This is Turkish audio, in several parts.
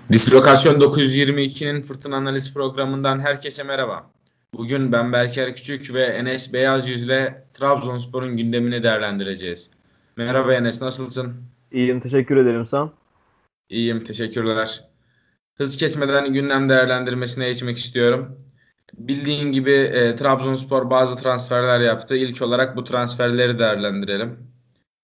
Dislokasyon 922'nin Fırtına Analiz programından herkese merhaba. Bugün ben Berker Küçük ve Enes Beyazyüz'le Trabzonspor'un gündemini değerlendireceğiz. Merhaba Enes, nasılsın? İyiyim, teşekkür ederim sen. İyiyim, teşekkürler. Hız kesmeden gündem değerlendirmesine geçmek istiyorum. Bildiğin gibi Trabzonspor bazı transferler yaptı. İlk olarak bu transferleri değerlendirelim.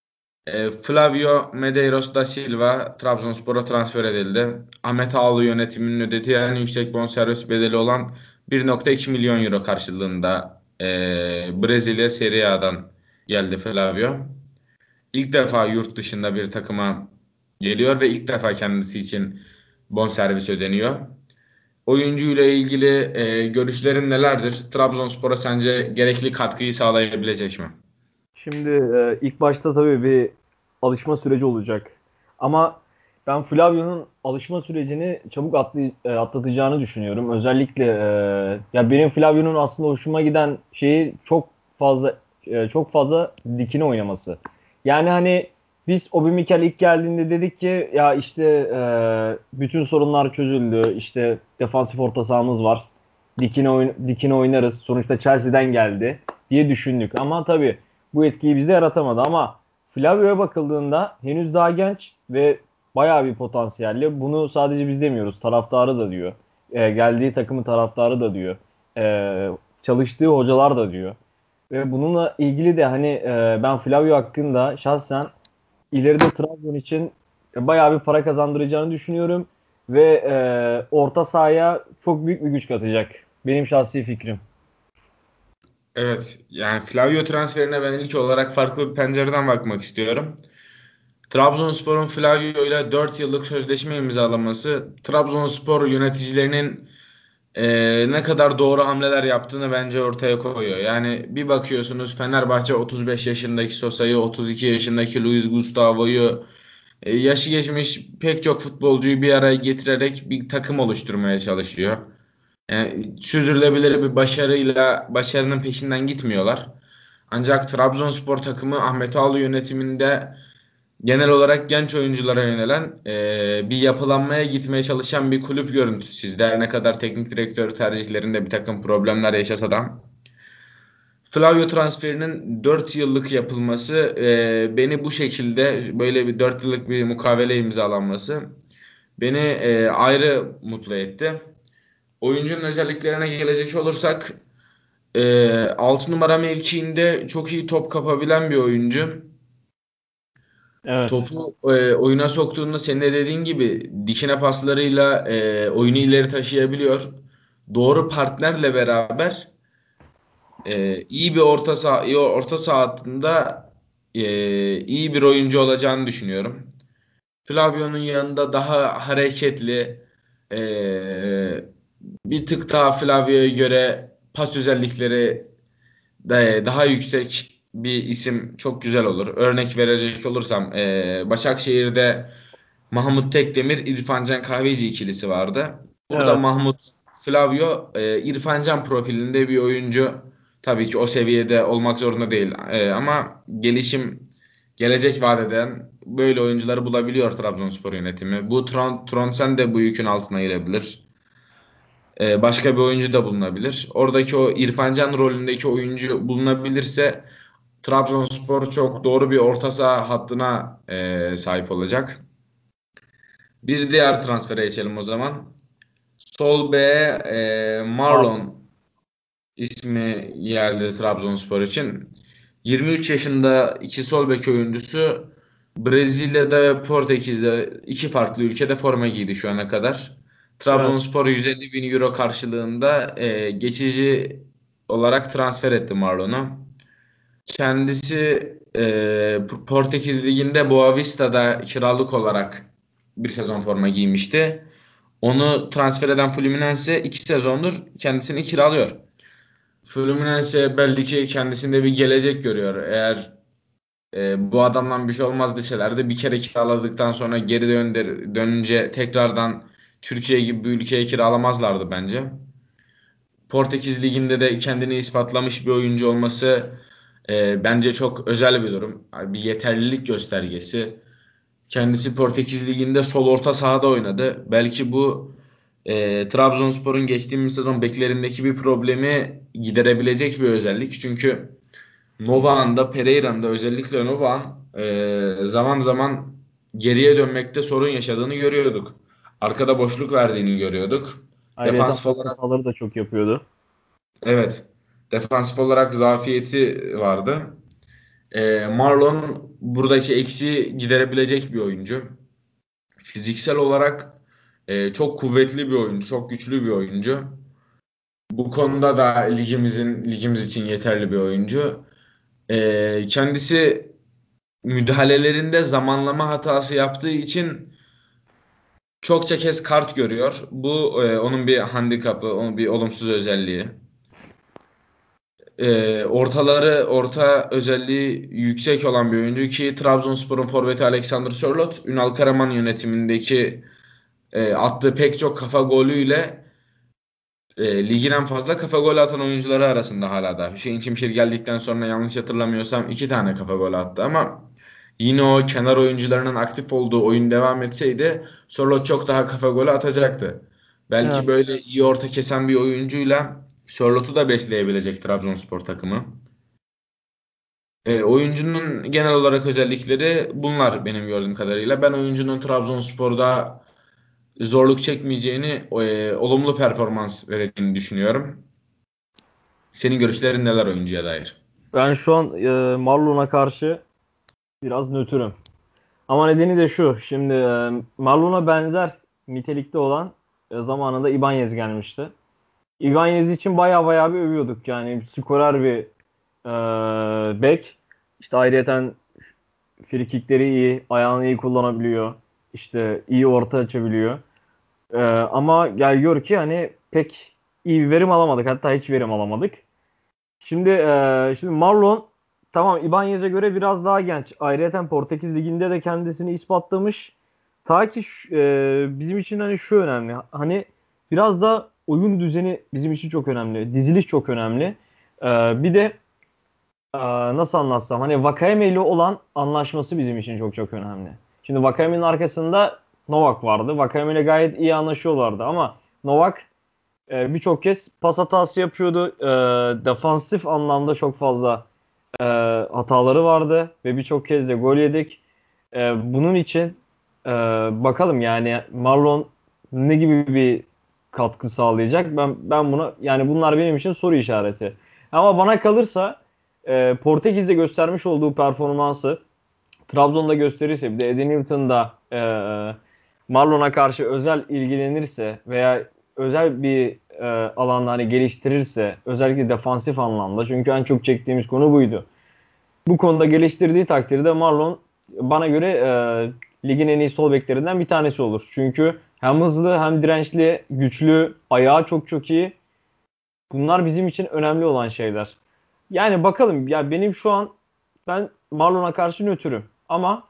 Flavio Medeiros da Silva Trabzonspor'a transfer edildi. Ahmet Ağaoğlu yönetiminin ödediği en yüksek bonservis bedeli olan 1,2 milyon euro karşılığında Brezilya Serie A'dan geldi Flavio. İlk defa yurt dışında bir takıma geliyor ve ilk defa kendisi için bonservis ödeniyor. Oyuncuyla ilgili görüşlerin nelerdir? Trabzonspor'a sence gerekli katkıyı sağlayabilecek mi? Şimdi ilk başta tabii bir alışma süreci olacak. Ama ben Flavio'nun alışma sürecini çabuk atlatacağını düşünüyorum. Özellikle ya benim Flavio'nun aslında hoşuma giden şeyi çok fazla dikine oynaması. Yani hani biz Obi Mikel ilk geldiğinde dedik ki ya işte bütün sorunlar çözüldü. İşte defansif orta sahamız var. Dikine oynarız. Sonuçta Chelsea'den geldi diye düşündük. Ama tabii bu etkiyi bizde yaratamadı. Ama Flavio'ya bakıldığında henüz daha genç ve bayağı bir potansiyelli. Bunu sadece biz demiyoruz. Taraftarı da diyor. Geldiği takımın taraftarı da diyor. Çalıştığı hocalar da diyor. Ve bununla ilgili de hani ben Flavio hakkında şahsen ileride Trabzon için bayağı bir para kazandıracağını düşünüyorum. Ve orta sahaya çok büyük bir güç katacak. Benim şahsi fikrim. Evet, yani Flavio transferine ben ilk olarak farklı bir pencereden bakmak istiyorum. Trabzonspor'un Flavio ile 4 yıllık sözleşme imzalaması Trabzonspor yöneticilerinin ne kadar doğru hamleler yaptığını bence ortaya koyuyor. Yani bir bakıyorsunuz Fenerbahçe 35 yaşındaki Sosa'yı, 32 yaşındaki Luis Gustavo'yu, yaşı geçmiş pek çok futbolcuyu bir araya getirerek bir takım oluşturmaya çalışıyor. Yani sürdürülebilir bir başarının peşinden gitmiyorlar. Ancak Trabzonspor takımı Ahmet Ağaoğlu yönetiminde genel olarak genç oyunculara yönelen bir yapılanmaya gitmeye çalışan bir kulüp görüntüsü sizde. Her ne kadar teknik direktör tercihlerinde bir takım problemler yaşasa da. Flavio transferinin 4 yıllık yapılması beni bu şekilde böyle bir 4 yıllık bir mukavele imzalanması beni ayrı mutlu etti. Oyuncunun özelliklerine gelecek olursak 6 numara mevkiinde çok iyi top kapabilen bir oyuncu. Evet. Topu oyuna soktuğunda senin de dediğin gibi dikine paslarıyla oyunu ileri taşıyabiliyor. Doğru partnerle beraber iyi bir orta saha hattında iyi bir oyuncu olacağını düşünüyorum. Flavio'nun yanında daha hareketli, e, bir tık daha Flavio'ya göre pas özellikleri daha yüksek bir isim çok güzel olur. Örnek verecek olursam Başakşehir'de Mahmut Tekdemir, İrfan Can Kahveci ikilisi vardı. Burada Evet. Mahmut Flavio İrfan Can profilinde bir oyuncu. Tabii ki o seviyede olmak zorunda değil. Ama gelecek vaat eden böyle oyuncuları bulabiliyor Trabzonspor yönetimi. Bu Trondsen de bu yükün altına girebilir. Başka bir oyuncu da bulunabilir. Oradaki o İrfan Can rolündeki oyuncu bulunabilirse Trabzonspor çok doğru bir orta saha hattına sahip olacak. Bir diğer transfere geçelim o zaman. Sol B'ye Marlon. Marlon ismi geldi Trabzonspor için. 23 yaşında iki sol bek oyuncusu Brezilya'da ve Portekiz'de iki farklı ülkede forma giydi şu ana kadar. Evet. Trabzonspor 150 bin euro karşılığında geçici olarak transfer etti Marlon'u. Kendisi Portekiz Ligi'nde Boavista'da kiralık olarak bir sezon forma giymişti. Onu transfer eden Fluminense 2 sezondur kendisini kiralıyor. Fluminense belli ki kendisinde bir gelecek görüyor. Eğer bu adamdan bir şey olmaz deselerdi bir kere kiraladıktan sonra dönünce tekrardan Türkiye gibi bir ülkeye kiralamazlardı bence. Portekiz Ligi'nde de kendini ispatlamış bir oyuncu olması bence çok özel bir durum. Yani bir yeterlilik göstergesi. Kendisi Portekiz Ligi'nde sol orta sahada oynadı. Belki bu Trabzonspor'un geçtiğimiz sezon beklerindeki bir problemi giderebilecek bir özellik. Çünkü Novak'ın da Pereira'nın da, özellikle Novak'ın zaman zaman geriye dönmekte sorun yaşadığını görüyorduk. Arkada boşluk verdiğini görüyorduk. Ayrıca Defansif pas olarak, hataları da çok yapıyordu. evet, defansif olarak zafiyeti vardı. Marlon buradaki eksiği giderebilecek bir oyuncu. Fiziksel olarak çok kuvvetli bir oyuncu, çok güçlü bir oyuncu. Bu konuda da ligimiz için yeterli bir oyuncu. Kendisi müdahalelerinde zamanlama hatası yaptığı için çokça kez kart görüyor. Bu onun bir handikapı, onun bir olumsuz özelliği. Orta özelliği yüksek olan bir oyuncu ki Trabzonspor'un forveti Alexander Sörloth, Ünal Karaman yönetimindeki attığı pek çok kafa golüyle ligin en fazla kafa golü atan oyuncuları arasında hala da. Hüseyin Çimşir geldikten sonra yanlış hatırlamıyorsam 2 tane kafa golü attı ama yine o kenar oyuncularının aktif olduğu oyun devam etseydi Sörloth çok daha kafa golü atacaktı. Evet. Belki böyle iyi orta kesen bir oyuncuyla Sörloth'u da besleyebilecek Trabzonspor takımı. Oyuncunun genel olarak özellikleri bunlar benim gördüğüm kadarıyla. Ben oyuncunun Trabzonspor'da zorluk çekmeyeceğini, olumlu performans vereceğini düşünüyorum. Senin görüşlerin neler oyuncuya dair? Ben şu an Marlon'a karşı biraz nötrüm. Ama nedeni de şu. Şimdi Marlon'a benzer nitelikte olan zamanında Ibanez gelmişti. Ibanez için baya bir övüyorduk. Yani skorer bir bek. İşte ayrıyeten frikikleri iyi, ayağını iyi kullanabiliyor. İşte iyi orta açabiliyor. Ama gel gör ki hani pek iyi bir verim alamadık. Hatta hiç verim alamadık. Şimdi Marlon tamam Ibanez'e göre biraz daha genç. Ayrıca Portekiz Ligi'nde de kendisini ispatlamış. Ta ki bizim için hani şu önemli. Hani biraz da oyun düzeni bizim için çok önemli. Diziliş çok önemli. Bir de nasıl anlatsam hani Vakayeme ile olan anlaşması bizim için çok önemli. Şimdi Vakayeme'nin arkasında Novak vardı. Vakayeme ile gayet iyi anlaşıyorlardı ama Novak birçok kez pas hatası yapıyordu. Defansif anlamda çok fazla e, hataları vardı ve birçok kez de gol yedik. Bunun için bakalım yani Marlon ne gibi bir katkı sağlayacak? Ben buna yani bunlar benim için soru işareti. Ama bana kalırsa Portekiz'de göstermiş olduğu performansı Trabzon'da gösterirse bir de Eddie Newton'da Marlon'a karşı özel ilgilenirse veya özel bir alanda hani geliştirirse özellikle defansif anlamda çünkü en çok çektiğimiz konu buydu. Bu konuda geliştirdiği takdirde Marlon bana göre ligin en iyi sol beklerinden bir tanesi olur. Çünkü hem hızlı hem dirençli, güçlü, ayağı çok iyi. Bunlar bizim için önemli olan şeyler. Yani bakalım ya benim şu an ben Marlon'a karşı nötrüm. Ama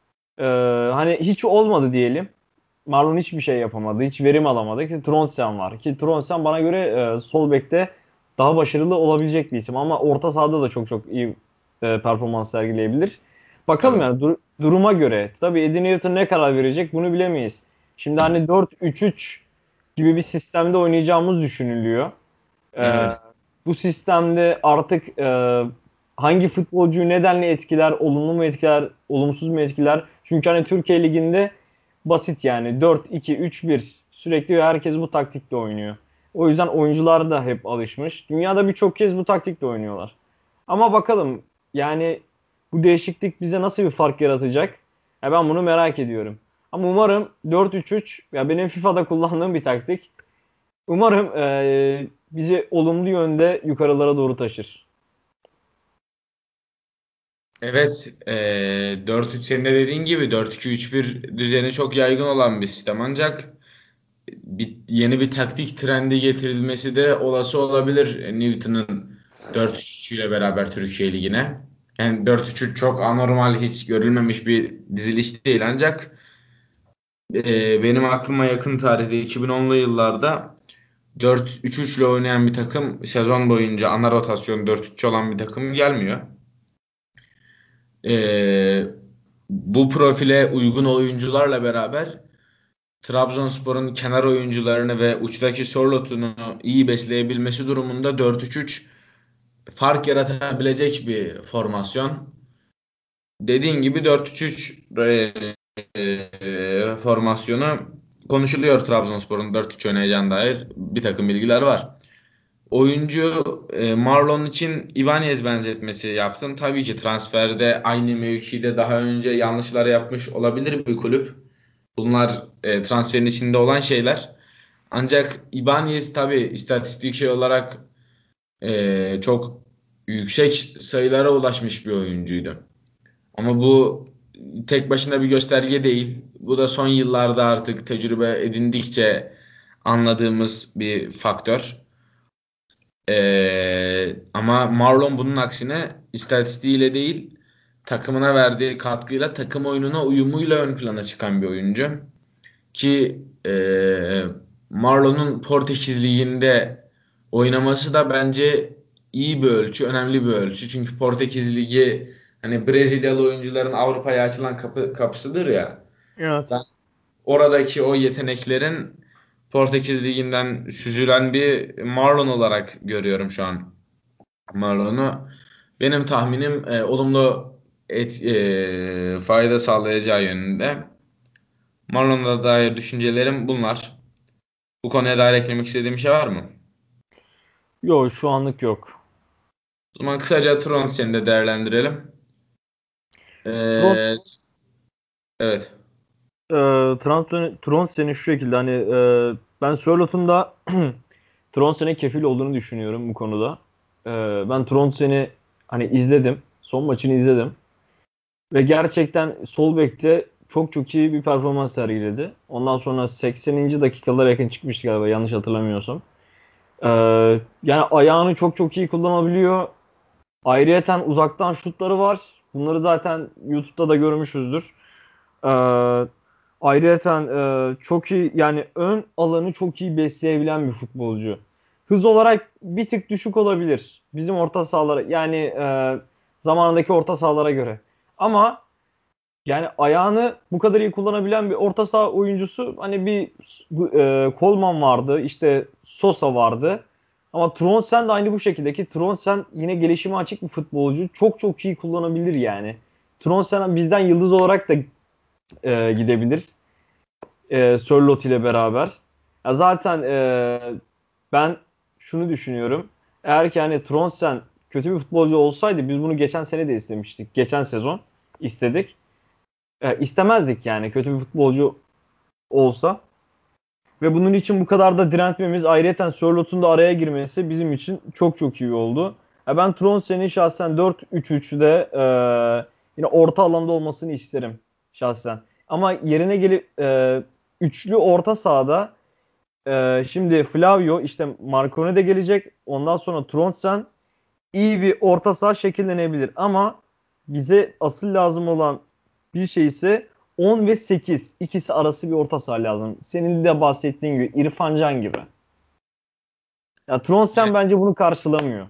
hani hiç olmadı diyelim. Marlon hiçbir şey yapamadı. Hiç verim alamadı ki Trondsen var. Ki Trondsen bana göre sol bekte daha başarılı olabilecek bir isim. Ama orta sahada da çok iyi performans sergileyebilir. Bakalım Evet. yani duruma göre. Tabii Eddie Newton ne karar verecek bunu bilemeyiz. Şimdi hani 4-3-3 gibi bir sistemde oynayacağımız düşünülüyor. E, Evet. Bu sistemde artık hangi futbolcuyu nedenle etkiler, olumlu mu etkiler, olumsuz mu etkiler? Çünkü hani Türkiye Ligi'nde basit yani 4-2-3-1 sürekli herkes bu taktikle oynuyor. O yüzden oyuncular da hep alışmış. Dünyada birçok kez bu taktikle oynuyorlar. Ama bakalım yani bu değişiklik bize nasıl bir fark yaratacak? Ya ben bunu merak ediyorum. Ama umarım 4-3-3 ya benim FIFA'da kullandığım bir taktik. Umarım bizi olumlu yönde yukarılara doğru taşır. Evet, 4-3 senin de dediğin gibi 4-2-3-1 düzeni çok yaygın olan bir sistem ancak yeni bir taktik trendi getirilmesi de olası olabilir Newton'un 4-3-3 ile beraber Türkiye Ligi'ne. Yani 4-3-3 çok anormal, hiç görülmemiş bir diziliş değil ancak benim aklıma yakın tarihte 2010'lu yıllarda 4-3-3 ile oynayan bir takım, sezon boyunca ana rotasyon 4-3 olan bir takım gelmiyor. Ee, bu profile uygun oyuncularla beraber Trabzonspor'un kenar oyuncularını ve uçtaki Sorlot'unu iyi besleyebilmesi durumunda 4-3-3 fark yaratabilecek bir formasyon. Dediğin gibi 4-3-3 formasyonu konuşuluyor, Trabzonspor'un 4-3 oynayacağına dair bir takım bilgiler var. Oyuncu Marlon için Ibanez benzetmesi yaptın. Tabii ki transferde aynı mevkide daha önce yanlışlar yapmış olabilir bir kulüp. Bunlar transferin içinde olan şeyler. Ancak Ibanez tabii istatistik şey olarak çok yüksek sayılara ulaşmış bir oyuncuydu. Ama bu tek başına bir gösterge değil. Bu da son yıllarda artık tecrübe edindikçe anladığımız bir faktör. Ama Marlon bunun aksine istatistiğiyle değil, takımına verdiği katkıyla, takım oyununa uyumuyla ön plana çıkan bir oyuncu. Ki Marlon'un Portekiz Ligi'nde oynaması da bence iyi bir ölçü, önemli bir ölçü. Çünkü Portekiz Ligi hani Brezilyalı oyuncuların Avrupa'ya açılan kapısıdır ya. Evet. Ben oradaki o yeteneklerin Portekiz Ligi'nden süzülen bir Marlon olarak görüyorum şu an Marlon'u. Benim tahminim olumlu fayda sağlayacağı yönünde. Marlon'a dair düşüncelerim bunlar. Bu konuya dair eklemek istediğim bir şey var mı? Yok, şu anlık yok. O zaman kısaca Trondsen'i de değerlendirelim. Trond, Ee, evet. Trondsen'in şu şekilde hani ben Sörlot'un da Trondsen'e kefil olduğunu düşünüyorum bu konuda. Ben Trondsen'i hani izledim. Son maçını izledim. Ve gerçekten sol bekte çok çok iyi bir performans sergiledi. Ondan sonra 80. dakikalara yakın çıkmıştı galiba, yanlış hatırlamıyorsam. Ee, Yani ayağını çok çok iyi kullanabiliyor. Ayrıyeten uzaktan şutları var. Bunları zaten YouTube'da da görmüşüzdür. Ee, Ayrıyeten çok iyi, yani ön alanı çok iyi besleyebilen bir futbolcu. Hız olarak bir tık düşük olabilir bizim orta sahalara, yani zamanındaki orta sahalara göre. Ama yani ayağını bu kadar iyi kullanabilen bir orta saha oyuncusu, hani bir Coleman vardı, işte Sosa vardı. Ama Trondsen de aynı bu şekilde, ki Trondsen yine gelişime açık bir futbolcu. Çok çok iyi kullanabilir yani. Trondsen bizden yıldız olarak da gidebilir. Sörloth ile beraber. Ya zaten ben şunu düşünüyorum. Eğer ki hani Trondsen kötü bir futbolcu olsaydı, biz bunu geçen sene de istemiştik. Geçen sezon istedik. İstemezdik yani kötü bir futbolcu olsa. Ve bunun için bu kadar da direnmemiz, ayrıyeten Sörloth'un da araya girmesi bizim için çok çok iyi oldu. Ben Trondsen'in şahsen 4-3-3'de yine orta alanda olmasını isterim şahsen. Ama yerine gelip üçlü orta sahada şimdi Flavio, işte Marcone de gelecek. Ondan sonra Trondsen, iyi bir orta saha şekillenebilir. Ama bize asıl lazım olan bir şey ise 10 ve 8 ikisi arası bir orta saha lazım. Senin de bahsettiğin gibi İrfan Can gibi. Ya Trondsen Evet. bence bunu karşılamıyor.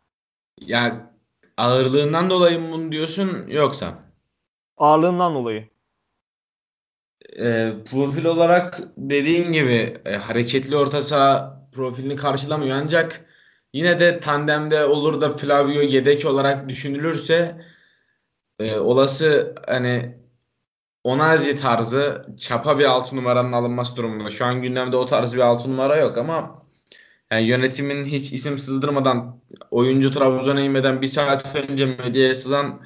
Ya ağırlığından dolayı mı bunu diyorsun yoksa? Ağırlığından dolayı. Profil olarak dediğin gibi hareketli orta saha profilini karşılamıyor, ancak yine de tandemde olur da Flavio yedek olarak düşünülürse olası hani Onazi tarzı çapa bir 6 numaranın alınması durumunda. Şu an gündemde o tarz bir 6 numara yok ama yani yönetimin hiç isim sızdırmadan, oyuncu Trabzon'a inmeden bir saat önce medyaya sızan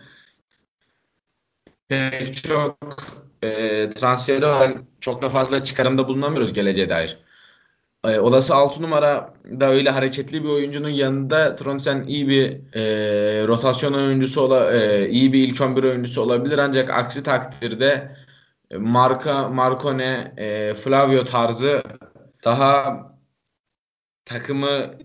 pek çok transferi var. Çok da fazla çıkarımda bulunamıyoruz geleceğe dair. Olası 6 numara da öyle hareketli bir oyuncunun yanında Trondsen iyi bir rotasyon oyuncusu iyi bir ilk 11 oyuncusu olabilir, ancak aksi takdirde Marcone, Flavio tarzı daha takımı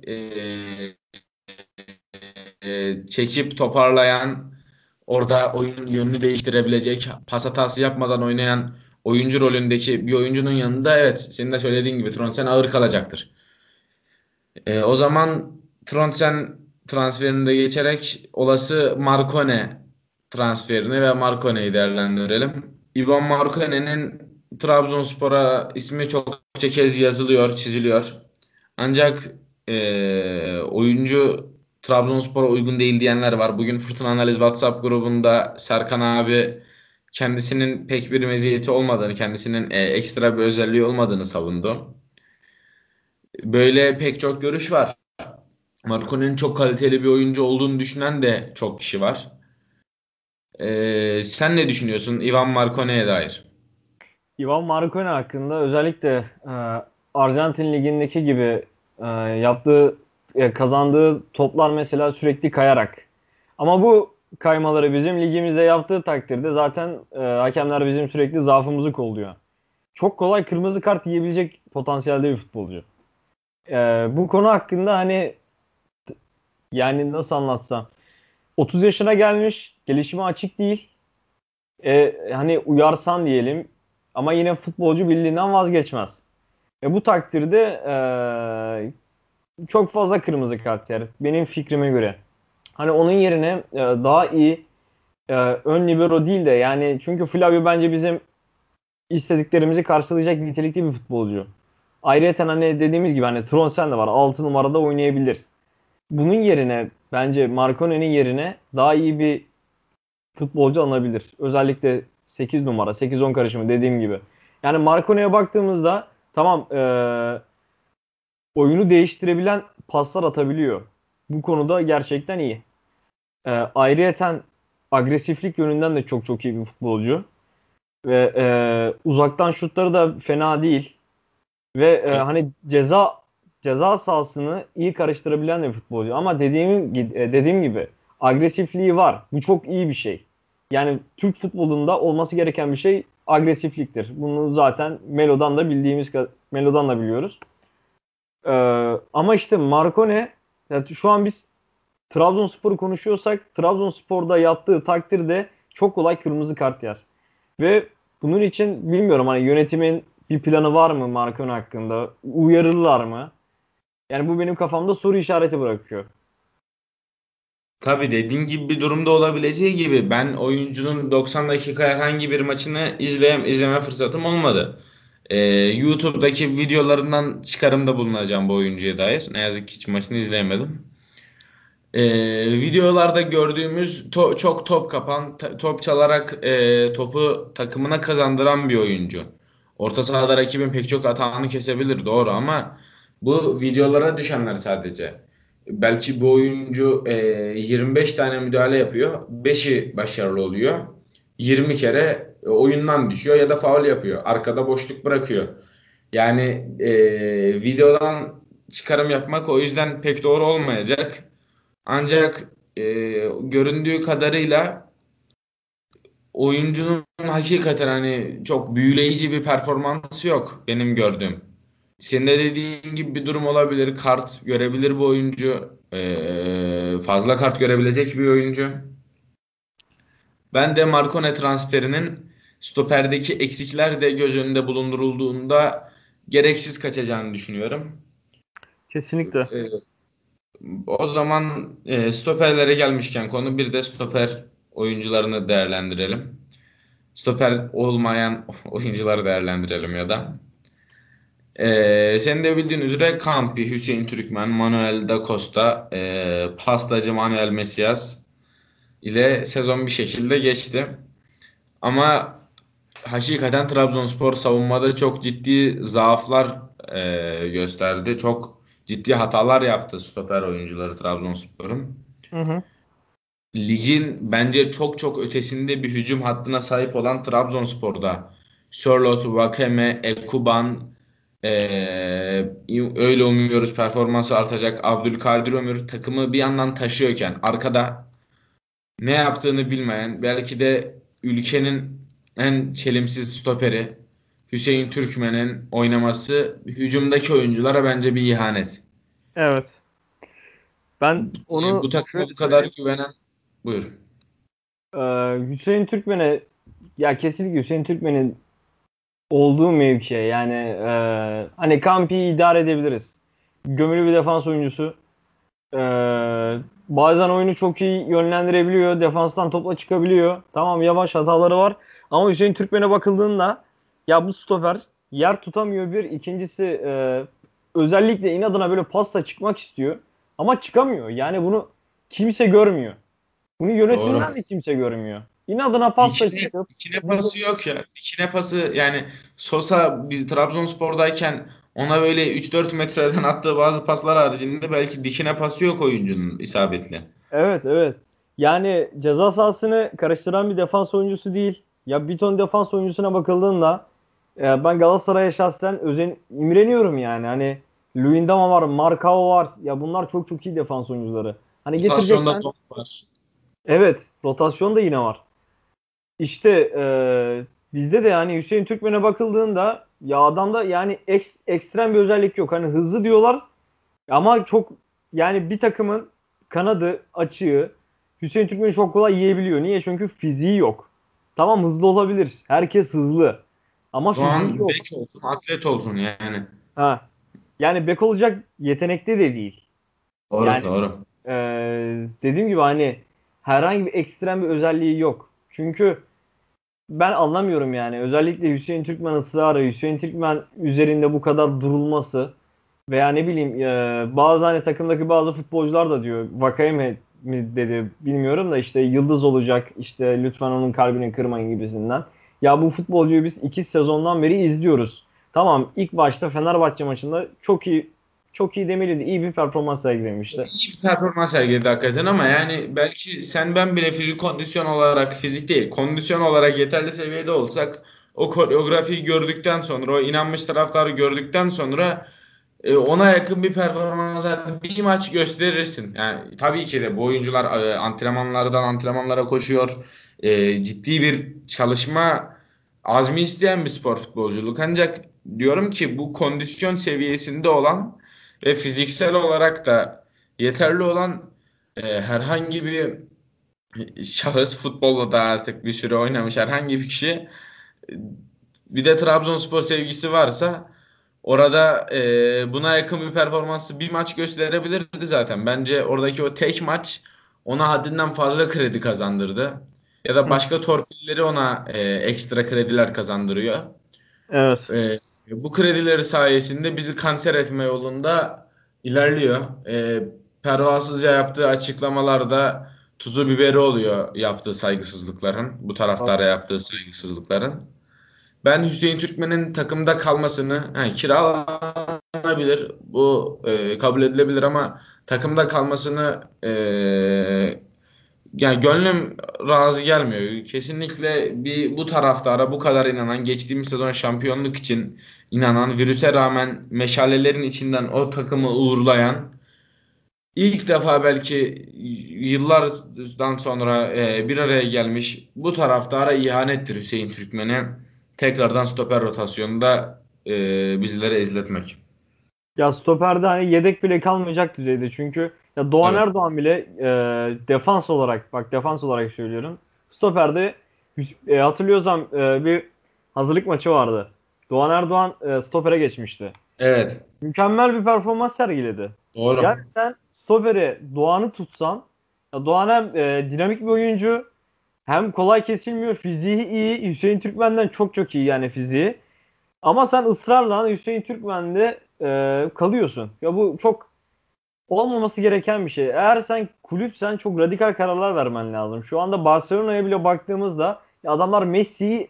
çekip toparlayan, orada oyunun yönünü değiştirebilecek, pas hatası yapmadan oynayan oyuncu rolündeki bir oyuncunun yanında, evet, senin de söylediğin gibi Trondsen ağır kalacaktır. O zaman Trondsen transferinde geçerek olası Marcone transferini ve Marcone'yi değerlendirelim. Ivan Marcone'nin Trabzonspor'a ismi çokça kez yazılıyor, çiziliyor. Ancak oyuncu Trabzonspor'a uygun değil diyenler var. Bugün Fırtına Analiz WhatsApp grubunda Serkan abi kendisinin pek bir meziyeti olmadığını, kendisinin ekstra bir özelliği olmadığını savundu. Böyle pek çok görüş var. Marcone'nin çok kaliteli bir oyuncu olduğunu düşünen de çok kişi var. Sen ne düşünüyorsun Ivan Marcone'ye dair? Ivan Marcone hakkında özellikle Arjantin Ligi'ndeki gibi yaptığı kazandığı toplar mesela sürekli kayarak. Ama bu kaymaları bizim ligimizde yaptığı takdirde zaten hakemler bizim sürekli zaafımızı kolluyor. Çok kolay kırmızı kart yiyebilecek potansiyelde bir futbolcu. Bu konu hakkında hani yani nasıl anlatsam 30 yaşına gelmiş, gelişime açık değil. Hani uyarsan diyelim ama yine futbolcu bildiğinden vazgeçmez. Bu takdirde çok fazla kırmızı kart yer benim fikrime göre. Hani onun yerine daha iyi ön libero değil de yani çünkü Flavio bence bizim istediklerimizi karşılayacak nitelikli bir futbolcu. Ayrıca hani dediğimiz gibi hani Tronsen de var 6 numarada oynayabilir. Bunun yerine bence Marcone'nin yerine daha iyi bir futbolcu alınabilir. Özellikle 8 numara, 8-10 karışımı dediğim gibi. Yani Marcone'ye baktığımızda tamam oyunu değiştirebilen paslar atabiliyor. Bu konuda gerçekten iyi. Ayrıyeten agresiflik yönünden de çok çok iyi bir futbolcu. Ve uzaktan şutları da fena değil. Ve Evet. hani ceza sahasını iyi karıştırabilen de bir futbolcu. Ama dediğim gibi agresifliği var. Bu çok iyi bir şey. Yani Türk futbolunda olması gereken bir şey agresifliktir. Bunu zaten Melo'dan da biliyoruz. Ama işte Marcone yani şu an biz Trabzonspor'u konuşuyorsak Trabzonspor'da yaptığı takdirde çok kolay kırmızı kart yer. Ve bunun için bilmiyorum hani yönetimin bir planı var mı Marcone hakkında? Uyarırlar mı? Yani bu benim kafamda soru işareti bırakıyor. Tabii dediğin gibi bir durumda olabileceği gibi ben oyuncunun 90 dakika herhangi bir maçını izleme fırsatım olmadı. YouTube'daki videolarından çıkarımda bulunacağım bu oyuncuya dair. Ne yazık ki hiç maçını izleyemedim. Videolarda gördüğümüz çok top kapan, top çalarak topu takımına kazandıran bir oyuncu. Orta sahada rakibin pek çok hatanı kesebilir doğru ama bu videolara düşenler sadece. Belki bu oyuncu 25 tane müdahale yapıyor. 5'i başarılı oluyor. 20 kere oyundan düşüyor ya da faul yapıyor. Arkada boşluk bırakıyor. Yani videodan çıkarım yapmak o yüzden pek doğru olmayacak. Ancak göründüğü kadarıyla oyuncunun hakikaten hani çok büyüleyici bir performansı yok benim gördüğüm. Senin de dediğin gibi bir durum olabilir. Kart görebilir bu oyuncu. Fazla kart görebilecek bir oyuncu. Ben de Marcone transferinin stoperdeki eksikler de göz önünde bulundurulduğunda gereksiz kaçacağını düşünüyorum. Kesinlikle. O zaman stoperlere gelmişken konu bir de stoper oyuncularını değerlendirelim. Stoper olmayan oyuncuları değerlendirelim ya da. Senin de bildiğin üzere Kampi, Hüseyin Türkmen, Manuel da Costa, pastacı Manuel Mesias ile sezon bir şekilde geçti. Ama hakikaten Trabzonspor savunmada çok ciddi zaaflar gösterdi. Çok ciddi hatalar yaptı stoper oyuncuları Trabzonspor'un. Hı hı. Ligin bence çok çok ötesinde bir hücum hattına sahip olan Trabzonspor'da Sörloth, Vakeme, Ekuban öyle umuyoruz performansı artacak. Abdülkadir Ömür takımı bir yandan taşıyorken arkada ne yaptığını bilmeyen belki de ülkenin en çelimsiz stoperi Hüseyin Türkmen'in oynaması hücumdaki oyunculara bence bir ihanet. Evet. Ben Bu onu takıma şöyle bu kadar söyleyeyim. güvenen buyur. Hüseyin Türkmen'e ya kesinlikle Hüseyin Türkmen'in olduğu mevkiye yani hani Kampi'yi idare edebiliriz. Gömülü bir defans oyuncusu. Bazen oyunu çok iyi yönlendirebiliyor. Defanstan topla çıkabiliyor. Tamam, yavaş hataları var. Ama Hüseyin Türkmen'e bakıldığında ya bu stoper yer tutamıyor bir. İkincisi özellikle inadına böyle pasta çıkmak istiyor. Ama çıkamıyor. Yani bunu kimse görmüyor. Bunu Doğru. yönetimden de kimse görmüyor. İnadına pasta Dikine, çıkıp dikine pası yok ya. Dikine pası yani Sosa biz Trabzonspor'dayken ona böyle 3-4 metreden attığı bazı paslar haricinde belki dikine pası yok oyuncunun isabetli. evet, evet. Yani ceza sahasını karıştıran bir defans oyuncusu değil. Ya bir ton defans oyuncusuna bakıldığında ben Galatasaray'a şahsen imreniyorum yani. Hani Luyendama var, Marcao var. Ya bunlar çok çok iyi defans oyuncuları. Hani Rotasyonda getireceksen top var. evet, rotasyon da yine var. İşte bizde de yani Hüseyin Türkmen'e bakıldığında ya adamda yani ekstrem bir özellik yok. Hani hızlı diyorlar ama çok, yani bir takımın kanadı açığı Hüseyin Türkmen'i çok kolay yiyebiliyor. Niye? Çünkü fiziği yok. Tamam, hızlı olabilir. Herkes hızlı. O Ama fiziği zaman yok. bek olsun, atlet olsun yani. Ha. Yani bek olacak yetenekte de değil. Doğru, Yani doğru. dediğim gibi hani herhangi bir ekstrem bir özelliği yok. Çünkü ben anlamıyorum yani. Özellikle Hüseyin Türkmen ısrarı, Hüseyin Türkmen üzerinde bu kadar durulması veya ne bileyim bazı hani takımdaki bazı futbolcular da diyor. Vakayeme mi dedi bilmiyorum da işte yıldız olacak, işte lütfen onun kalbini kırmayın gibisinden. Ya bu futbolcuyu biz 2 sezondan beri izliyoruz. Tamam, ilk başta Fenerbahçe maçında çok iyi demeliydi. İyi bir performans sergilemişti. İyi bir performans sergiledi hakikaten ama yani belki sen ben bile fizik kondisyon olarak fizik değil kondisyon olarak yeterli seviyede olsak o koreografiyi gördükten sonra o inanmış taraftarı gördükten sonra ona yakın bir performans bir maç gösterirsin. Yani tabii ki de bu oyuncular antrenmanlardan antrenmanlara koşuyor. Ciddi bir çalışma azmi isteyen bir spor futbolculuk. Ancak diyorum ki bu kondisyon seviyesinde olan ve fiziksel olarak da yeterli olan herhangi bir şahıs futbolla da artık bir süre oynamış herhangi bir kişi bir de Trabzonspor sevgisi varsa orada buna yakın bir performansı bir maç gösterebilirdi zaten. Bence oradaki o tek maç ona haddinden fazla kredi kazandırdı. Ya da Hı. başka torpilleri ona ekstra krediler kazandırıyor. Evet. E, Bu kredileri sayesinde bizi kanser etme yolunda ilerliyor. Pervasızca yaptığı açıklamalarda tuzu biberi oluyor yaptığı saygısızlıkların, bu taraftara yaptığı saygısızlıkların. Ben Hüseyin Türkmen'in takımda kalmasını kiralanabilir. Bu kabul edilebilir ama takımda kalmasını yani gönlüm razı gelmiyor. Kesinlikle bir bu taraftara bu kadar inanan, geçtiğimiz sezon şampiyonluk için inanan, virüse rağmen meşalelerin içinden o takımı uğurlayan, ilk defa belki yıllardan sonra bir araya gelmiş bu taraftara ihanettir Hüseyin Türkmen'e tekrardan stoper rotasyonunda bizlere izletmek. Ya stoperde hani yedek bile kalmayacak düzeyde. Çünkü ya Doğan Tabii. Erdoğan bile defans olarak, bak defans olarak söylüyorum. Stoperde hatırlıyorsam bir hazırlık maçı vardı. Doğan Erdoğan stopere geçmişti. Evet. Mükemmel bir performans sergiledi. Yani Doğru. sen stopere Doğan'ı tutsan, ya Doğan hem dinamik bir oyuncu, hem kolay kesilmiyor, fiziği iyi. Hüseyin Türkmen'den çok çok iyi yani fiziği. Ama sen ısrarla Hüseyin Türkmen'de kalıyorsun. Ya bu çok olmaması gereken bir şey. Eğer sen kulüpsen çok radikal kararlar vermen lazım. Şu anda Barcelona'ya bile baktığımızda ya adamlar Messi'yi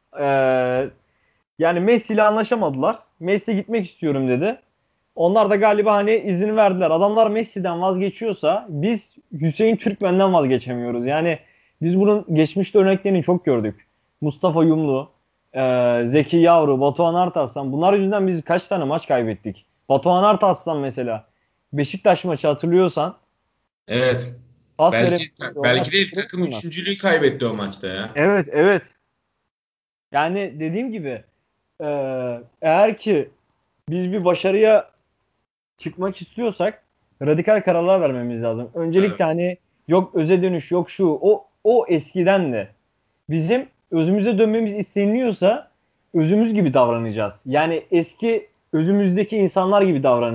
yani Messi ile anlaşamadılar. Messi gitmek istiyorum dedi. Onlar da galiba hani izin verdiler. Adamlar Messi'den vazgeçiyorsa biz Hüseyin Türkmen'den vazgeçemiyoruz. Yani biz bunun geçmişte örneklerini çok gördük. Mustafa Yumlu, Zeki Yavru, Batuhan Artarslan. Bunlar yüzünden biz kaç tane maç kaybettik. Batuhan Artarslan mesela. Beşiktaş maçı hatırlıyorsan Evet. pas Belki veremiyordu. Oynar, belki de takım oynar. üçüncülüğü kaybetti o maçta ya. Evet, evet. Yani dediğim gibi eğer ki biz bir başarıya çıkmak istiyorsak radikal kararlar vermemiz lazım. Öncelikle Evet. hani yok öze dönüş, yok şu, o eskiden de. Bizim özümüze dönmemiz isteniliyorsa özümüz gibi davranacağız. Yani eski özümüzdeki insanlar gibi davranacağız.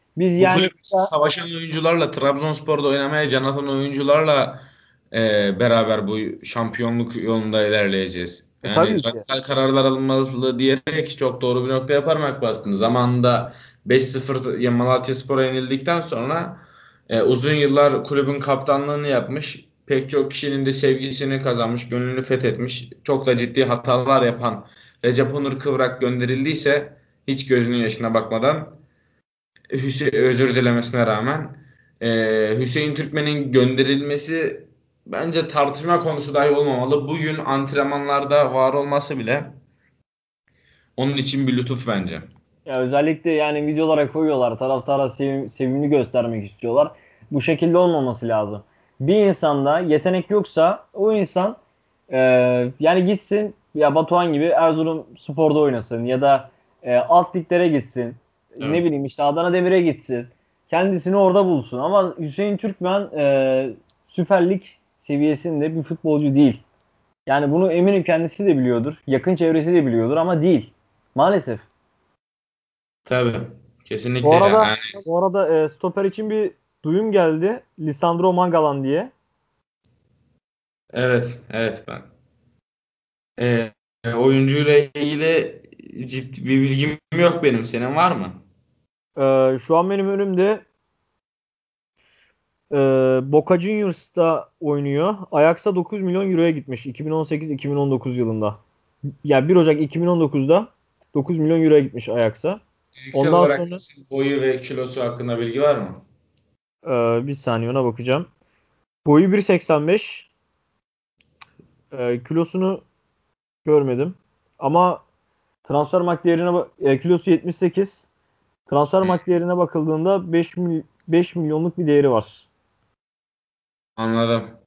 Biz Bu yani kulüp savaşan oyuncularla, Trabzonspor'da oynamaya can atan oyuncularla beraber bu şampiyonluk yolunda ilerleyeceğiz. Yani tabii ki. radikal kararlar alınmalı diyerek çok doğru bir noktaya parmak bastın. Zamanında 5-0 Malatyaspor'a yenildikten sonra uzun yıllar kulübün kaptanlığını yapmış. Pek çok kişinin de sevgisini kazanmış, gönlünü fethetmiş. Çok da ciddi hatalar yapan Recep Onur Kıvrak gönderildiyse hiç gözünün yaşına bakmadan, özür dilemesine rağmen Hüseyin Türkmen'in gönderilmesi bence tartışma konusu dahi olmamalı. Bugün antrenmanlarda var olması bile onun için bir lütuf bence. Ya özellikle yani videolara koyuyorlar. Taraftara sevimli göstermek istiyorlar. Bu şekilde olmaması lazım. Bir insanda yetenek yoksa o insan e, yani gitsin ya Batuhan gibi Erzurum Spor'da oynasın ya da alt liglere gitsin. Ne Evet. bileyim işte Adana Demir'e gitsin. Kendisini orada bulsun. Ama Hüseyin Türkmen Süper Lig seviyesinde bir futbolcu değil. Yani bunu eminim kendisi de biliyordur. Yakın çevresi de biliyordur ama değil. Maalesef. Tabii. Bu Kesinlikle arada yani. stoper için bir duyum geldi. Lisandro Magalan diye. Evet, evet ben. E, oyuncuyla ilgili ciddi bir bilgim yok benim. Senin var mı? Şu an benim önümde e, Boca Juniors'ta oynuyor. Ajax'a 9 milyon euroya gitmiş 2018-2019 yılında. Yani 1 Ocak 2019'da 9 milyon euroya gitmiş Ajax'a. Fiziksel Ondan olarak sonra boyu ve kilosu hakkında bilgi var mı? bir saniye ona bakacağım. Boyu 1.85. Kilosunu görmedim. Ama transfer değerine kilosu 78. Transfer değerine bakıldığında 5 milyonluk bir değeri var. Anladım.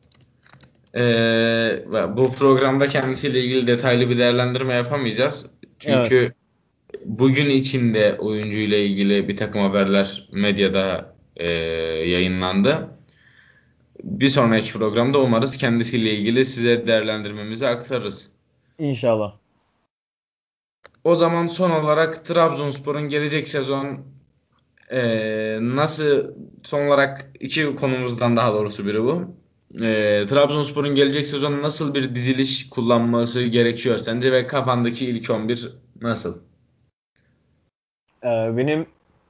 Bu programda kendisiyle ilgili detaylı bir değerlendirme yapamayacağız. Evet, Çünkü bugün içinde oyuncuyla ilgili bir takım haberler medyada yayınlandı. Bir sonraki programda umarız kendisiyle ilgili size değerlendirmemizi aktarırız. inşallah. O zaman son olarak Trabzonspor'un gelecek sezon nasıl, son olarak iki konumuzdan daha doğrusu biri bu. Trabzonspor'un gelecek sezon nasıl bir diziliş kullanması gerekiyor sence ve kafandaki ilk 11 nasıl? Benim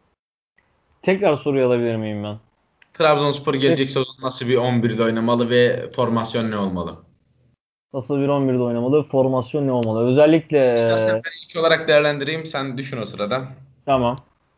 tekrar soruyu alabilir miyim ben? Trabzonspor Evet. gelecek sezon nasıl bir 11'de oynamalı ve formasyon ne olmalı? Nasıl bir 11'de oynamalı? Formasyon ne olmalı? Özellikle İstersen ben ilk olarak değerlendireyim, sen düşün o sırada. tamam.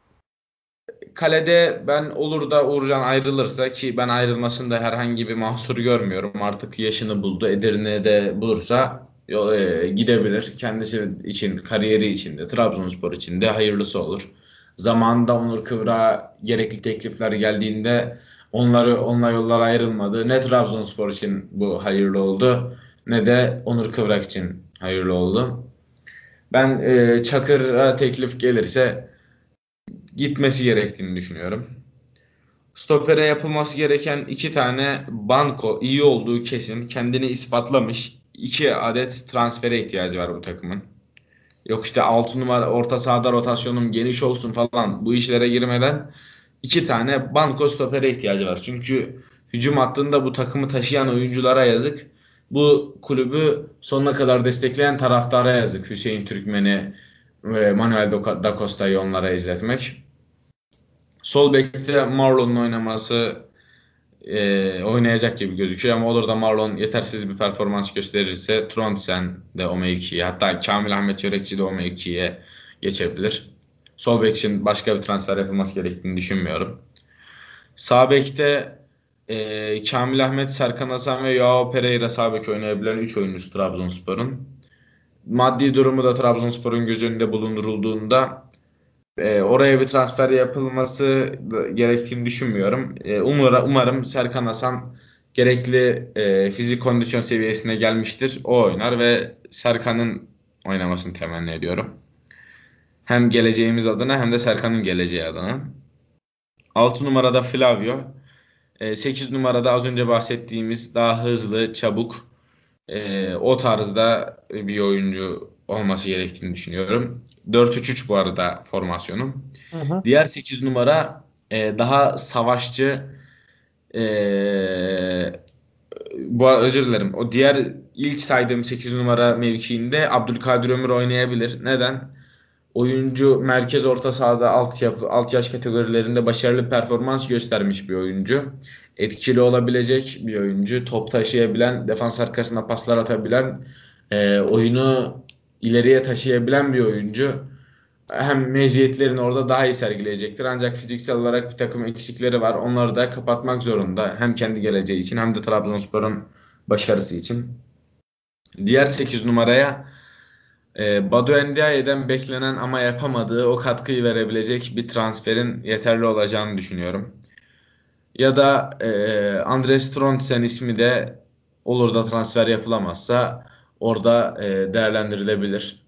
Kalede ben, olur da Uğurcan ayrılırsa, ki ben ayrılmasında herhangi bir mahsur görmüyorum. Artık yaşını buldu. Edirne'de bulursa gidebilir. Kendisi için, kariyeri için de, Trabzonspor için de hayırlısı olur. Zamanında Onur Kıvrak'a gerekli teklifler geldiğinde onunla yollar ayrılmadı. Ne Trabzonspor için bu hayırlı oldu, ne de Onur Kıvrak için hayırlı oldu. Ben Çakır'a teklif gelirse gitmesi gerektiğini düşünüyorum. Stopere yapılması gereken iki tane banko, iyi olduğu kesin, kendini ispatlamış iki adet transfere ihtiyacı var bu takımın. Yok işte 6 numara orta sahada rotasyonum geniş olsun falan, bu işlere girmeden iki tane banko stopere ihtiyacı var. Çünkü hücum hattında bu takımı taşıyan oyunculara yazık. Bu kulübü sonuna kadar destekleyen taraftara yazık. Hüseyin Türkmen'i ve Manuel da Costa'yı onlara izletmek. Sol bekte Marlon'un oynaması oynayacak gibi gözüküyor, ama olur da Marlon yetersiz bir performans gösterirse Trondsen de o mevkiye, hatta Kamil Ahmet Çörekçi de o mevkiye geçebilir. Sol bek için başka bir transfer yapılması gerektiğini düşünmüyorum. Sağ bekte Kamil Ahmet, Serkan Hasan ve Joao Pereira sağ bek oynayabilen 3 oyuncusu Trabzonspor'un. Maddi durumu da Trabzonspor'un göz önünde bulundurulduğunda oraya bir transfer yapılması gerektiğini düşünmüyorum. Umarım Serkan Hasan gerekli fizik kondisyon seviyesine gelmiştir. O oynar ve Serkan'ın oynamasını temenni ediyorum. Hem geleceğimiz adına hem de Serkan'ın geleceği adına. 6 numarada Flavio. 8 numarada az önce bahsettiğimiz daha hızlı, çabuk, o tarzda bir oyuncu olması gerektiğini düşünüyorum. 4-3-3 bu arada formasyonum. Hı hı. Diğer 8 numara daha savaşçı, özür dilerim. O diğer ilk saydığım 8 numara mevkiinde Abdülkadir Ömür oynayabilir. Neden? Oyuncu merkez orta sahada alt yaş kategorilerinde başarılı performans göstermiş bir oyuncu. Etkili olabilecek bir oyuncu. Top taşıyabilen, defans arkasına paslar atabilen, oyunu ileriye taşıyabilen bir oyuncu. Hem meziyetlerini orada daha iyi sergileyecektir. Ancak fiziksel olarak bir takım eksikleri var. Onları da kapatmak zorunda. Hem kendi geleceği için hem de Trabzonspor'un başarısı için. Diğer 8 numaraya Badu Endiaye'den beklenen ama yapamadığı o katkıyı verebilecek bir transferin yeterli olacağını düşünüyorum. Ya da Andres Trondsen ismi de olur da transfer yapılamazsa orada değerlendirilebilir.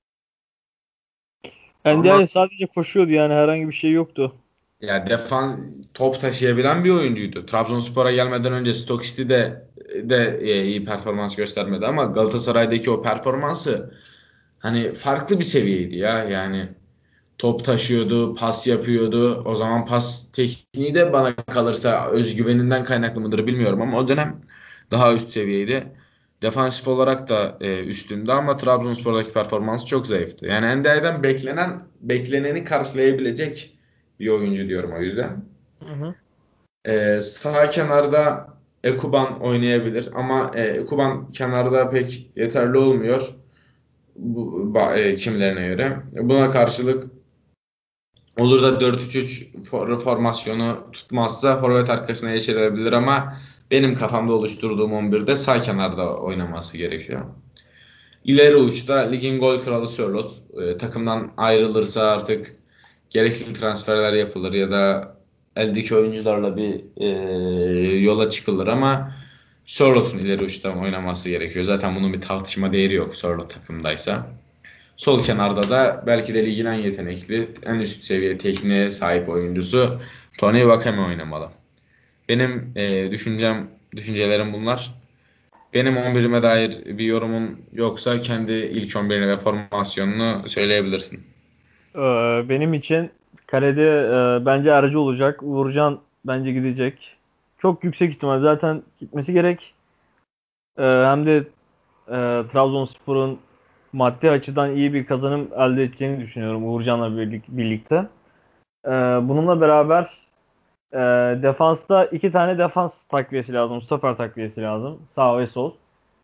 Ama Ndiaye sadece koşuyordu, yani herhangi bir şey yoktu. ya top taşıyabilen bir oyuncuydu. Trabzonspor'a gelmeden önce Stoke City'de iyi performans göstermedi ama Galatasaray'daki o performansı hani farklı bir seviyeydi ya. Yani top taşıyordu, pas yapıyordu. O zaman pas tekniği de bana kalırsa özgüveninden kaynaklı mıdır bilmiyorum ama o dönem daha üst seviyeydi. Defansif olarak da üstündü ama Trabzonspor'daki performans çok zayıftı. Yani NDI'den bekleneni karşılayabilecek bir oyuncu diyorum o yüzden. Hı hı. Sağ kenarda Ekuban oynayabilir ama Ekuban kenarda pek yeterli olmuyor kimilerine göre. Buna karşılık olur da 4-3-3 formasyonu tutmazsa forvet arkasına geçilebilir ama benim kafamda oluşturduğum 11'de sağ kenarda oynaması gerekiyor. İleri uçta ligin gol kralı Sörloth. Takımdan ayrılırsa artık gerekli transferler yapılır ya da eldeki oyuncularla bir yola çıkılır ama Sörloth'un ileri uçta oynaması gerekiyor. Zaten bunun bir tartışma değeri yok Sörloth takımdaysa. Sol kenarda da belki de ligin en yetenekli, en üst seviye tekniğe sahip oyuncusu Tony Wakame oynamalı. Benim düşüncelerim bunlar. Benim 11'ime dair bir yorumun yoksa kendi ilk 11'ini ve formasyonunu söyleyebilirsin. Benim için kalede bence Erci olacak. Uğurcan bence gidecek. Çok yüksek ihtimal zaten gitmesi gerek. Hem de Trabzonspor'un maddi açıdan iyi bir kazanım elde edeceğini düşünüyorum Uğurcan'la birlikte. Bununla beraber defansta 2 tane defans takviyesi lazım. Stoper takviyesi lazım. Sağ ve sol.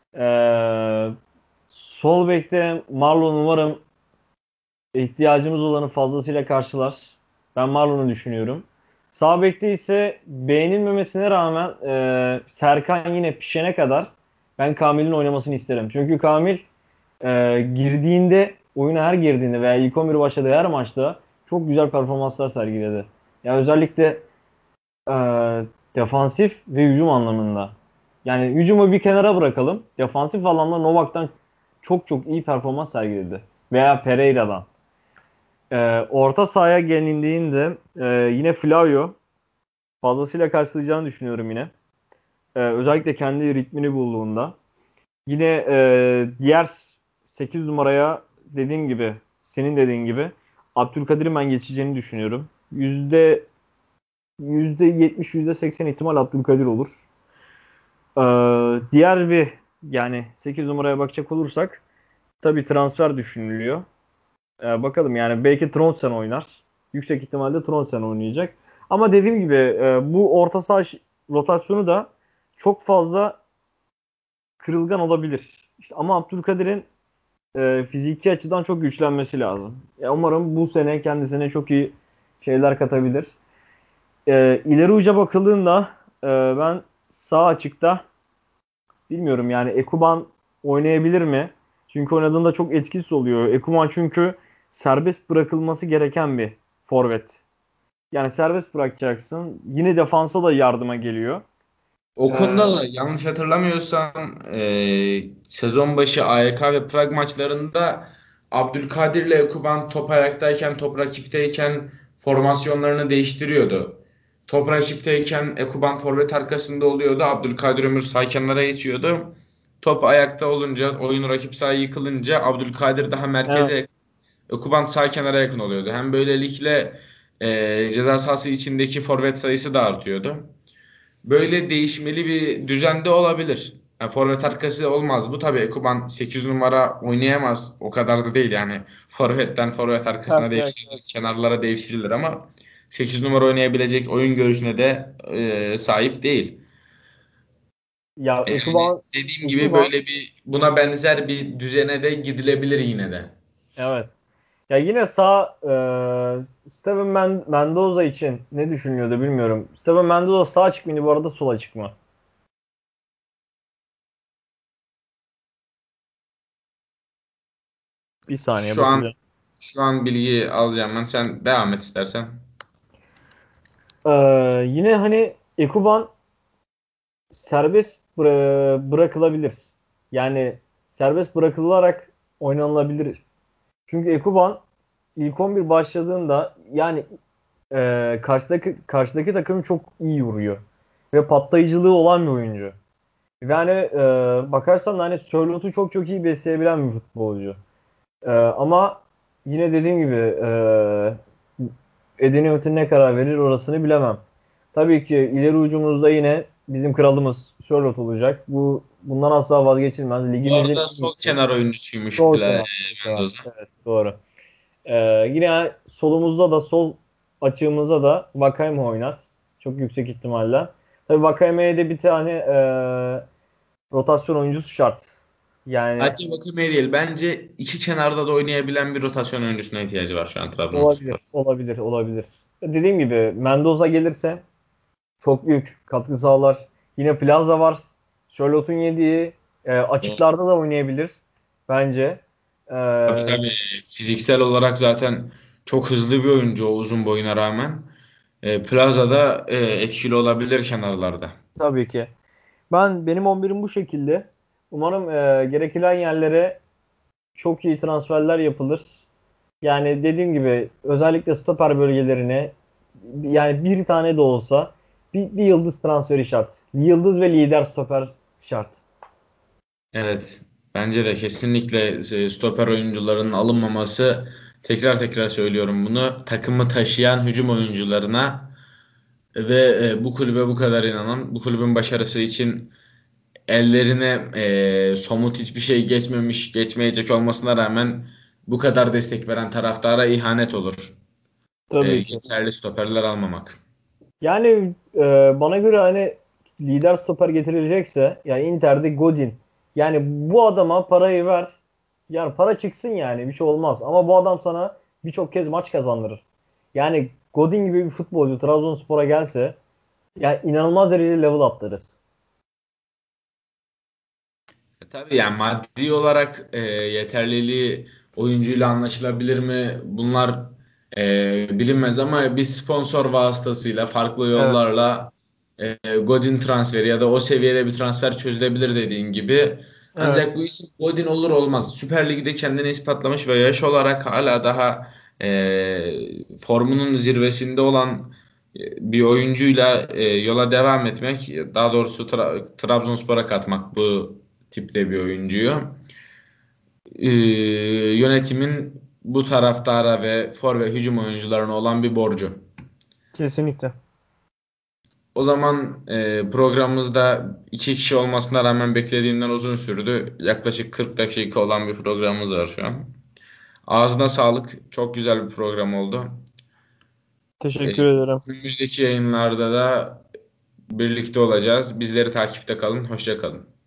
Sol bekte Marlon umarım ihtiyacımız olanı fazlasıyla karşılar. Ben Marlon'u düşünüyorum. Sağ bekte ise beğenilmemesine rağmen Serkan yine pişene kadar ben Kamil'in oynamasını isterim. Çünkü Kamil oyuna her girdiğinde veya ilk 11 başladığı her maçta çok güzel performanslar sergiledi. Yani özellikle e, defansif ve hücum anlamında. Yani hücumu bir kenara bırakalım. Defansif alanda Novak'tan çok çok iyi performans sergiledi. Veya Pereira'dan. Orta sahaya gelindiğinde yine Flavio fazlasıyla karşılayacağını düşünüyorum yine. Özellikle kendi ritmini bulduğunda. Yine diğer 8 numaraya senin dediğin gibi Abdülkadir'in ben geçeceğini düşünüyorum. %70, %80 ihtimal Abdülkadir olur. Yani 8 numaraya bakacak olursak tabii transfer düşünülüyor. Bakalım yani belki Trondsen oynar. Yüksek ihtimalle Trondsen oynayacak. Ama dediğim gibi bu orta saha rotasyonu da çok fazla kırılgan olabilir. Ama Abdülkadir'in fiziki açıdan çok güçlenmesi lazım. Umarım bu sene kendisine çok iyi şeyler katabilir. İleri uca bakıldığında ben sağ açıkta bilmiyorum yani Ekuban oynayabilir mi? Çünkü oynadığında çok etkisiz oluyor. Ekuban çünkü serbest bırakılması gereken bir forvet. Yani serbest bırakacaksın. Yine defansa da yardıma geliyor. O konuda da yanlış hatırlamıyorsam sezon başı AYK ve Prag maçlarında Abdülkadir ile Ekuban top ayaktayken, top rakipteyken formasyonlarını değiştiriyordu. Top rakipteyken Ekuban forvet arkasında oluyordu. Abdülkadir Ömür sağ kenara geçiyordu. Top ayakta olunca, oyun rakip sahaya yıkılınca Abdülkadir daha merkeze, Evet. Ekuban sağ kenara yakın oluyordu. Hem böylelikle ceza sahası içindeki forvet sayısı da artıyordu. Böyle değişmeli bir düzende olabilir. Yani forvet arkası olmaz. Bu tabii Ekuban 8 numara oynayamaz. O kadar da değil yani. Forvetten forvet arkasına Evet, evet, değiştirilir. Kenarlara devşirilir ama 8 numara oynayabilecek oyun görüşüne de sahip değil. Ya Yani dediğim gibi Ekuban böyle bir buna benzer bir düzene de gidilebilir yine de. evet. Ya yine sağ Steven Mendoza için ne düşünüyordu bilmiyorum. Steven Mendoza sağ açık mıydı bu arada sol açık mı? Bir saniye Şu an bakacağım. şu an bilgiyi alacağım ben. Sen devam et istersen. Ee, Yine hani Ekuban serbest bırakılabilir. Yani serbest bırakılarak oynanılabilir. Çünkü Ekuban ilk 11 başladığında yani karşıdaki takım çok iyi vuruyor. Ve patlayıcılığı olan bir oyuncu. Yani bakarsan da hani Sörlot'u çok çok iyi besleyebilen bir futbolcu. Ama yine dediğim gibi Eddie Newton ne karar verir orasını bilemem. Tabii ki ileri ucumuzda yine bizim kralımız Sörlot olacak. Bundan asla vazgeçilmez. Bu Ligimizin arada sol en iyisi. kenar oyuncusuymuş Sol kenar. Mendoza. Evet, doğru. Yine solumuzda da sol açığımızda da Vakayeme oynar. Çok yüksek ihtimalle. Tabii Vakayeme'ye de bir tane rotasyon oyuncusu şart. Yani Hatta Wakame'ye değil. Bence iki kenarda da oynayabilen bir rotasyon oyuncusuna ihtiyacı var şu an olabilir, Trabzonspor. olabilir, olabilir. Dediğim gibi Mendoza gelirse çok büyük katkı sağlar. Yine Plaza var. Charlotte'un yediği açıklarda da oynayabilir bence. E, Tabii tabii fiziksel olarak zaten çok hızlı bir oyuncu o uzun boyuna rağmen. Plaza da etkili olabilir kenarlarda. tabii ki. Benim 11'im bu şekilde. Umarım gerekilen yerlere çok iyi transferler yapılır. Yani dediğim gibi özellikle stoper bölgelerine yani bir tane de olsa bir yıldız transferi şart. Yıldız ve lider stoper şart. Evet. Bence de kesinlikle stoper oyuncularının alınmaması, tekrar tekrar söylüyorum bunu, takımı taşıyan hücum oyuncularına ve bu kulübe bu kadar inanan, bu kulübün başarısı için ellerine somut hiçbir şey geçmeyecek olmasına rağmen bu kadar destek veren taraftara ihanet olur. Tabii ki. Yeterli stoperler almamak. Yani bana göre hani lider stoper getirilecekse yani Inter'de Godin. Yani bu adama parayı ver. Yani para çıksın yani bir şey olmaz. Ama bu adam sana birçok kez maç kazandırır. Yani Godin gibi bir futbolcu Trabzonspor'a gelse yani inanılmaz derecede level atlarız. Tabii yani maddi olarak yeterliliği oyuncuyla anlaşılabilir mi? Bunlar bilinmez ama bir sponsor vasıtasıyla farklı Evet. yollarla Godin transferi ya da o seviyede bir transfer çözülebilir dediğin gibi. Evet. Ancak bu isim Godin olur olmaz. Süper Lig'de kendini ispatlamış ve yaş olarak hala daha formunun zirvesinde olan bir oyuncuyla yola devam etmek, daha doğrusu Trabzonspor'a katmak bu tipte bir oyuncuyu. Ee, Yönetimin bu taraftara ve ve hücum oyuncularına olan bir borcu. Kesinlikle. O zaman programımızda iki kişi olmasına rağmen beklediğimden uzun sürdü. Yaklaşık 40 dakika olan bir programımız var şu an. Ağzına sağlık. Çok güzel bir program oldu. E, Teşekkür ederim. Önümüzdeki yayınlarda da birlikte olacağız. Bizleri takipte kalın. Hoşça kalın.